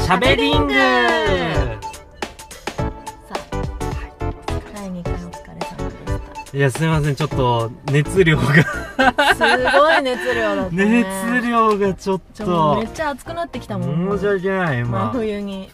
しゃべリング。 さあ、第2回お疲れ様でした。 いや、すみません、ちょっと熱量がすごい熱量だったね。 熱量がちょっとめっちゃ熱くなってきたもん。 申し訳ない。 真冬に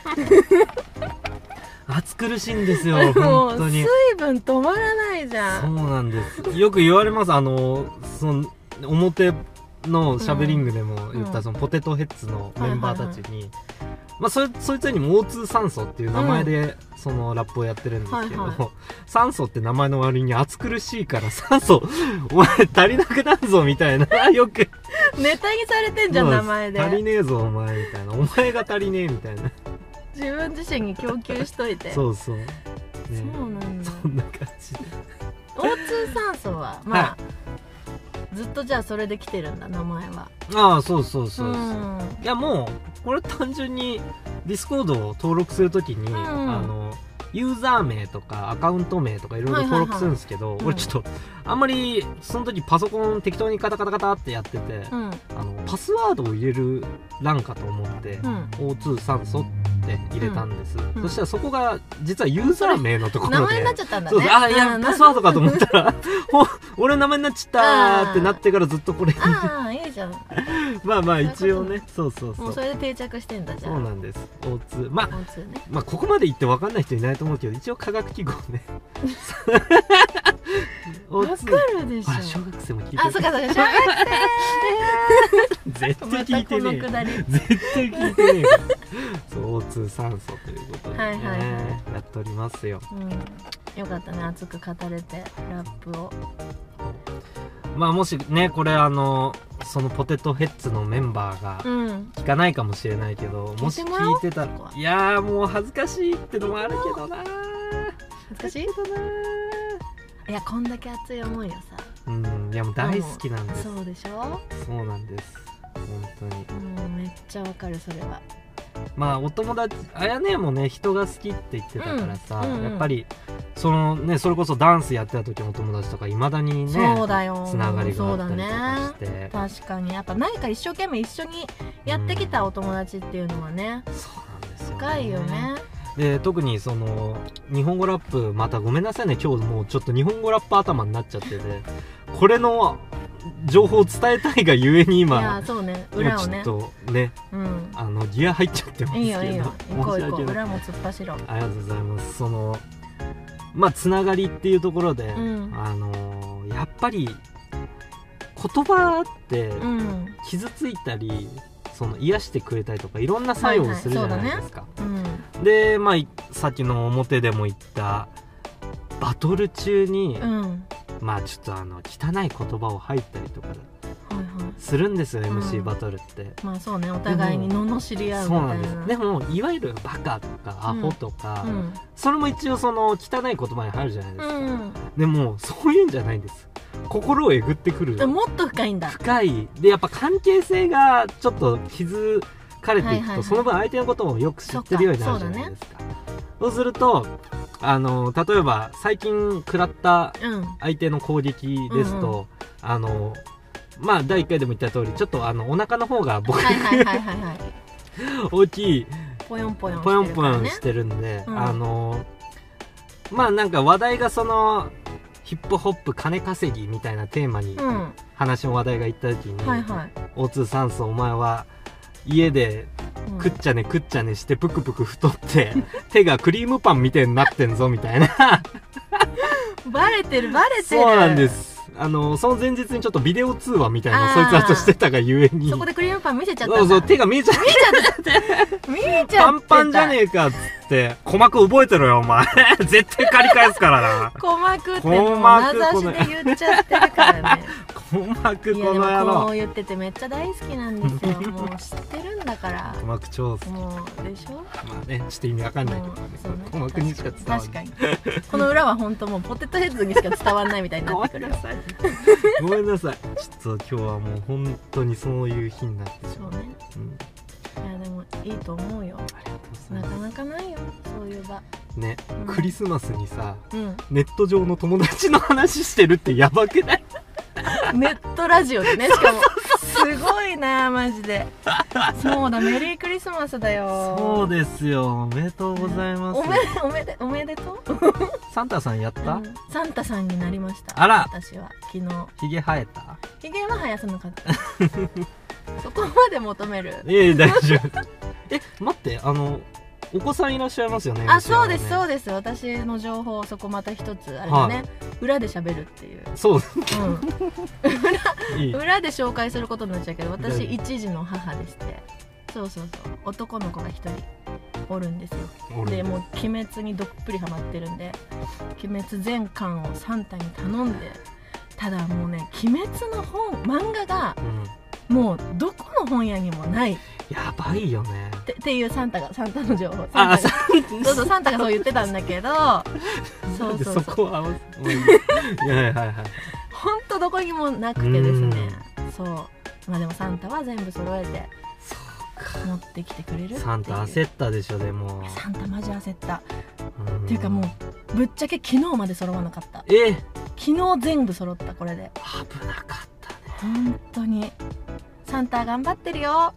暑苦しいんですよもう本当に。 水分止まらないじゃん。 そうなんです。よく言われます。その表のしゃべリングでも言った、そのポテトヘッズのメンバーたちに、まあそいつらにも O2 酸素っていう名前でそのラップをやってるんですけど、酸素って名前の割に暑苦しいから酸素お前足りなくなるぞみたいなよくネタにされてんじゃん、名前で。 足りねえぞお前みたいな、お前が足りねえみたいな、 自分自身に供給しといて。 そうそう、ね、 そうなんだ。 そんな感じで O2 酸素はまあ、ずっとじゃあそれで来てるんだ、名前は。 ああ、そうそうそうそう、いやもうこれ単純にディスコードを登録するときに、ユーザー名とかアカウント名とかいろいろ登録するんですけど、俺ちょっとあんまりその時パソコン適当にカタカタカタってやってて、パスワードを入れる欄かと思って、O2 酸素って入れたんです、そしたらそこが実はユーザー名のところで名前になっちゃったんだね。 そうそう、あ、いやパスワードかと思ったら俺の名前になっちゃったってなってからずっとこれああ、いいじゃん。 まあまあ一応ね、そうそうそう、 もうそれで定着してんだ。じゃあそうなんです。 O2、まあ O2 ね。 まあここまで言って分かんない人いないと思うけど、一応科学記号ねわかるでしょ。 ほら小学生も聞いてる。 あ、そうかそうか、小学生絶対聞いてねえ、 またこのくだり絶対聞いてねえからそう O2 酸素ということでね、やっておりますよ。 よかったね、熱く語れてラップを。 まあもしね、これそのポテトヘッズのメンバーが聞かないかもしれないけど、もし聞いてたら、いやーもう恥ずかしいってのもあるけどな、 恥ずかしいけどな。いや、こんだけ熱い思いをさ、 いやもう大好きなんです。 そうでしょ。 そうなんです、本当に。 めっちゃわかる、それは。 まあお友達、あやねもね人が好きって言ってたからさ、やっぱりそのね、それこそダンスやってた時の友達とかいまだにね、 そうだよ、 つながりがあったりとかして、 確かにやっぱ何か一生懸命一緒にやってきたお友達っていうのはね、 そうなんですよね、 深いよね。で特にその日本語ラップ、またごめんなさいね、今日もうちょっと日本語ラップ頭になっちゃってて、これの情報を伝えたいがゆえに今、 いやそうね、裏をね、 ちょっとね、ギア入っちゃってますけど、 いいよいいよ、行こう行こう、裏も突っ走ろう。 ありがとうございます。そのまあつながりっていうところで、やっぱり言葉って傷ついたり、その癒してくれたりとかいろんな作用をするじゃないですか。で、まあさっきの表でも言ったバトル中に、まあちょっと汚い言葉を吐いたりとかするんですよ、MC バトルって。 まあそうね、お互いに罵り合うみたいな。そうなんです。 でもいわゆるバカとかアホとか、それも一応その汚い言葉に入るじゃないですか。でもそういうんじゃないんです。心をえぐってくる。 もっと深いんだ。 深い。でやっぱ関係性がちょっと築かれていくと、その分相手のことをよく知ってるようになるじゃないですか。そうすると例えば最近食らった相手の攻撃ですと、まあ第1回でも言った通り、ちょっとお腹の方が僕大きい、 ポヨンポヨンしてるんで、まあなんか話題がそのヒップホップ金稼ぎみたいなテーマに話の話題がいった時に、O2 酸素お前は家で食っちゃねしてプクプク太って手がクリームパンみたいになってんぞみたいなバレてる。 そうなんです。その前日にちょっとビデオ通話みたいなのをそいつらとしてたがゆえに、 そこでクリームパン見せちゃったんだ。 そう手が見えちゃってパンパンじゃねえかっつって、鼓膜覚えてろよお前絶対借り返すからな鼓膜ってもう名指しで言っちゃってるからね鼓膜、この野郎。 いやでもこう言っててめっちゃ大好きなんですよもう知ってるんだから。 鼓膜超好き。 もうでしょ。 まあね、ちょっと意味わかんないけどね、鼓膜にしか伝わらない。 確かにこの裏は本当もうポテトヘッズにしか伝わらないみたいになってくるごめんなさい。ちょっと今日はもう本当にそういう日になってしまう。 そうね。いやでもいいと思うよ。なかなかないよ、そういう場ね。クリスマスにさ、ネット上の友達の話してるってやばくない？ ネットラジオでね、しかもすごいなマジで。そうだ、メリークリスマスだよ。 そうですよ、おめでとうございます。 おめでとう。 サンタさんやった？ サンタさんになりました。 あら、 私は昨日。 ひげ生えた？ ひげは生やさなかった。そこまで求める？ 大丈夫。待って、お子さんいらっしゃいますよね。 あ、そうですそうです。私の情報、そこまた一つあれだね、裏で喋るっていう。 そう、 裏で紹介することになっちゃうけど、私一児の母でして、そう男の子が一人おるんですよ。でもう鬼滅にどっぷりハマってるんで、鬼滅全巻をサンタに頼んで、ただもうね、鬼滅の漫画が、もうどこの本屋にもない。 やばいよねっていうサンタの情報。サンタがそう言ってたんだけど、そこは本当どこにもなくてですね。そう、まあでもサンタは全部揃えて持ってきてくれるっていう。 サンタ焦ったでしょ。でもサンタマジ焦った。っていうかもうぶっちゃけ昨日まで揃わなかった。昨日全部揃った。これで危なかったね、 本当に。サンタ頑張ってるよ。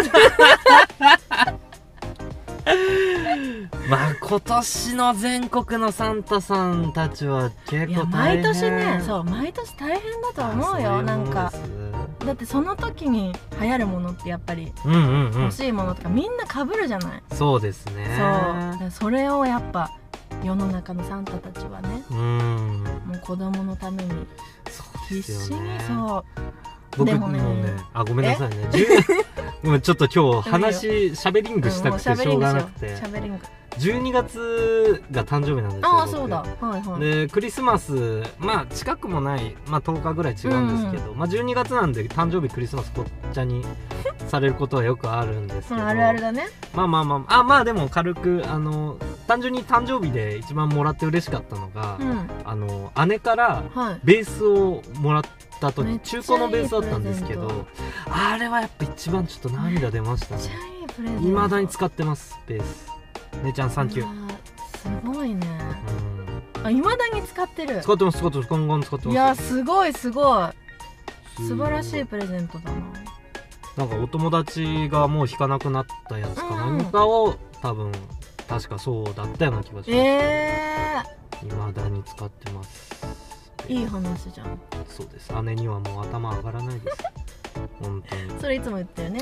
まあ今年の全国のサンタさんたちは結構大変。 毎年ね、そう毎年大変だと思うよ。なんかだってその時に流行るものってやっぱり欲しいものとかみんな被るじゃない。 そうですね。 それをやっぱ世の中のサンタたちはね、もう子供のために必死に。そう僕もね、ごめんなさいね。ごめん、ちょっと今日しゃべリングしたくてしょうがなくて。12月が誕生日なんですよ。 あ、そうだ。 でクリスマス、まあ近くもない、まあ10日ぐらい違うんですけど、まあ12月なんで誕生日クリスマスこっちゃにされることはよくあるんですけど、 あるあるだね。 まあでも軽く単純に誕生日で一番もらって嬉しかったのが、姉からベースをもらった時、中古のベースだったんですけど、あれはやっぱ一番ちょっと涙出ましたね。未だに使ってます、ベース。姉ちゃんサンキュー。 すごいね。未だに使ってる。 使ってます、今後使ってます。 いや、すごい素晴らしいプレゼントだな。 なんかお友達がもう弾かなくなったやつか何かを多分確かそうだったような気がします。未だに使ってます。 いい話じゃん。 そうです。姉にはもう頭上がらないです。本当に。 それいつも言ってるね。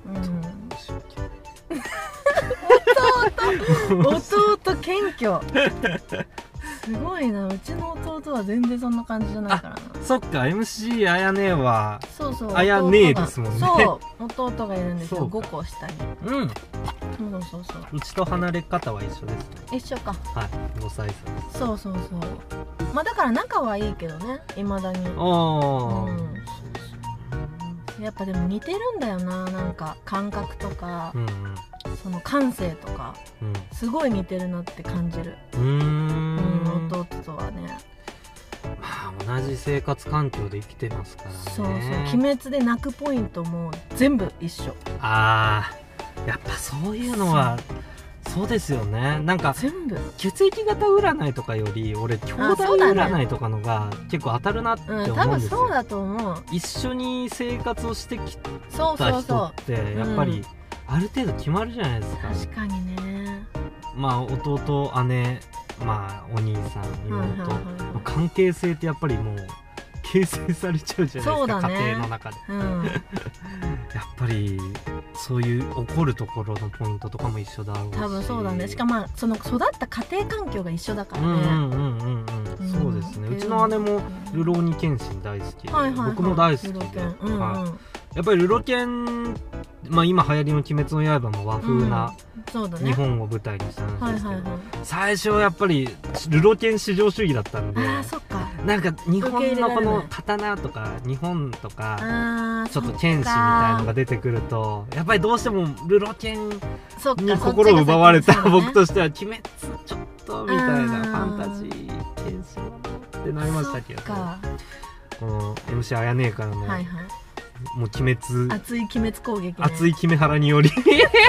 弟謙虚。すごいな。うちの弟は全然そんな感じじゃないからな。 そっか、 MC あやねはあやねですもんね。 そう弟がいるんですよ。5個下に。そううちと離れ方は一緒ですね。 一緒か。 はい、5歳差。 そうまあだから仲はいいけどね、未だに。やっぱでも似てるんだよな。なんか感覚とか、その感性とか、すごい似てるなって感じる。弟とはね。 まあ同じ生活環境で生きてますからね。 そう鬼滅で泣くポイントも全部一緒。 やっぱそういうのはそうですよね。なんか全部血液型占いとかより俺兄弟占いとかのが結構当たるなって思うんですよ。 多分そうだと思う。 一緒に生活をしてきた人ってやっぱりある程度決まるじゃないですか。 確かにね。 まあ弟姉、まあお兄さん妹の関係性ってやっぱりもう形成されちゃうじゃないですか、家庭の中で。やっぱりそういう起こるところのポイントとかも一緒だろうし。 多分そうだね。しかもその育った家庭環境が一緒だからね。 そうですね。うちの姉もルローニケンシン大好きで、僕も大好きで、やっぱりルロケン、まあ今流行りの鬼滅の刃も和風な日本を舞台にしたんですけど、最初はやっぱりルロケン至上主義だったんで、なんか日本のこの刀とか日本とかちょっと剣士みたいのが出てくると、やっぱりどうしてもルロケンに心を奪われた僕としては鬼滅ちょっとみたいなファンタジー剣士ってなりましたけど、この MC あやねえからのもう鬼滅、 熱い鬼滅攻撃、 熱いキメハラにより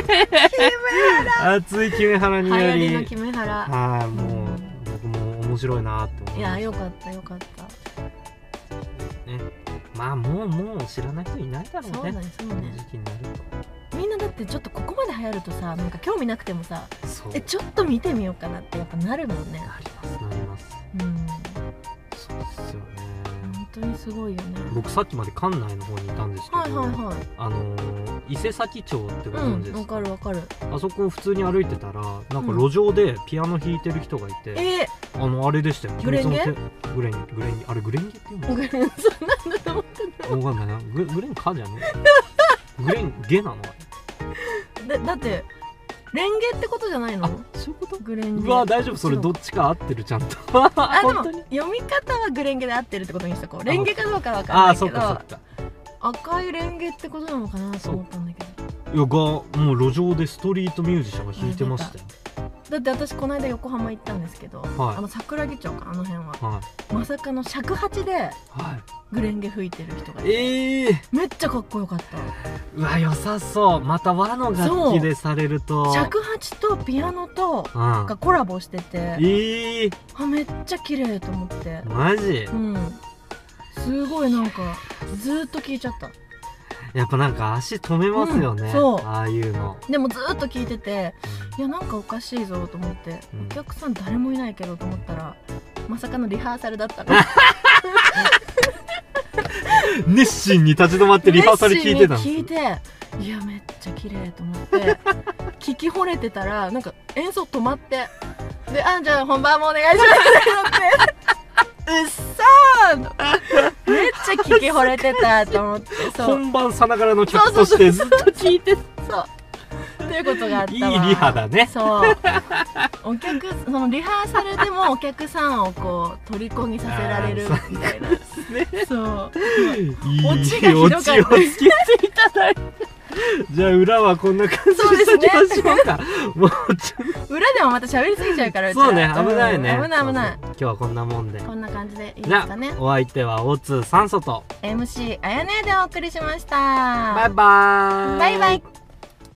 熱いキメハラにより、 流行りのキメハラ、 はい、もう僕も面白いなって思いました。 いや、よかったよかった。 ね、 まあもう知らない人いないだろうね。 そうね、 この時期になるとみんなだってちょっとここまで流行るとさ、なんか興味なくてもさ、 そうちょっと見てみようかなってやっぱなるもんね。 なります。そうですよね。 本当にすごいよね。 僕さっきまで館内の方にいたんですけど、伊勢崎町ってご存知ですか？ わかる。 あそこを普通に歩いてたらなんか路上でピアノ弾いてる人がいて、あれでしたよ。 グレンゲ？ グレンゲあれグレンゲって言うの？ グレン、そんなんだと思ってた。 わかんないな。グレンかじゃねえ。グレンゲなのあれ？だってレンゲってことじゃないの？ そういうこと？ グレンゲ。 うわ大丈夫、それどっちか合ってるちゃんと。 でも読み方はグレンゲで合ってるってことにしとこう。レンゲかどうかわかんないけど、赤いレンゲってことなのかなと思ったんだけど。 いやもう路上でストリートミュージシャンが弾いてましたよ。 だって私この間横浜行ったんですけど、桜木町かあの辺は、まさかの尺八でグレンゲ吹いてる人がいて、めっちゃかっこよかった。 うわ良さそう。また和の楽器でされると、 尺八とピアノとがコラボしてて、めっちゃ綺麗と思って。 マジ？ すごいなんかずーっと聴いちゃった。 やっぱなんか足止めますよね、ああいうの。 でもずーっと聴いてて、いやなんかおかしいぞと思って、お客さん誰もいないけどと思ったら、まさかのリハーサルだったの。 熱心に立ち止まってリハーサル聞いてたんです。 聞いて、いやめっちゃ綺麗と思って聞き惚れてたら、なんか演奏止まって、でじゃあ本番もお願いしますってうっそーめっちゃ聞き惚れてたと思って、 本番さながらの曲としてずっと聞いて、 っていうことがあったわ。 いいリハだね。 そうそのリハーサルでもお客さんをこう虜にさせられるみたいな。そうオチがひどかった。オチをつけていただいてじゃあ裏はこんな感じにしときましょうか。もう裏でもまた喋りすぎちゃうから。 そうね、危ないね。 危ない。今日はこんなもんで、 こんな感じでいいですかね。 お相手はオツ酸素と MC あやねでお送りしました。 バイバーイ。 バイバイ。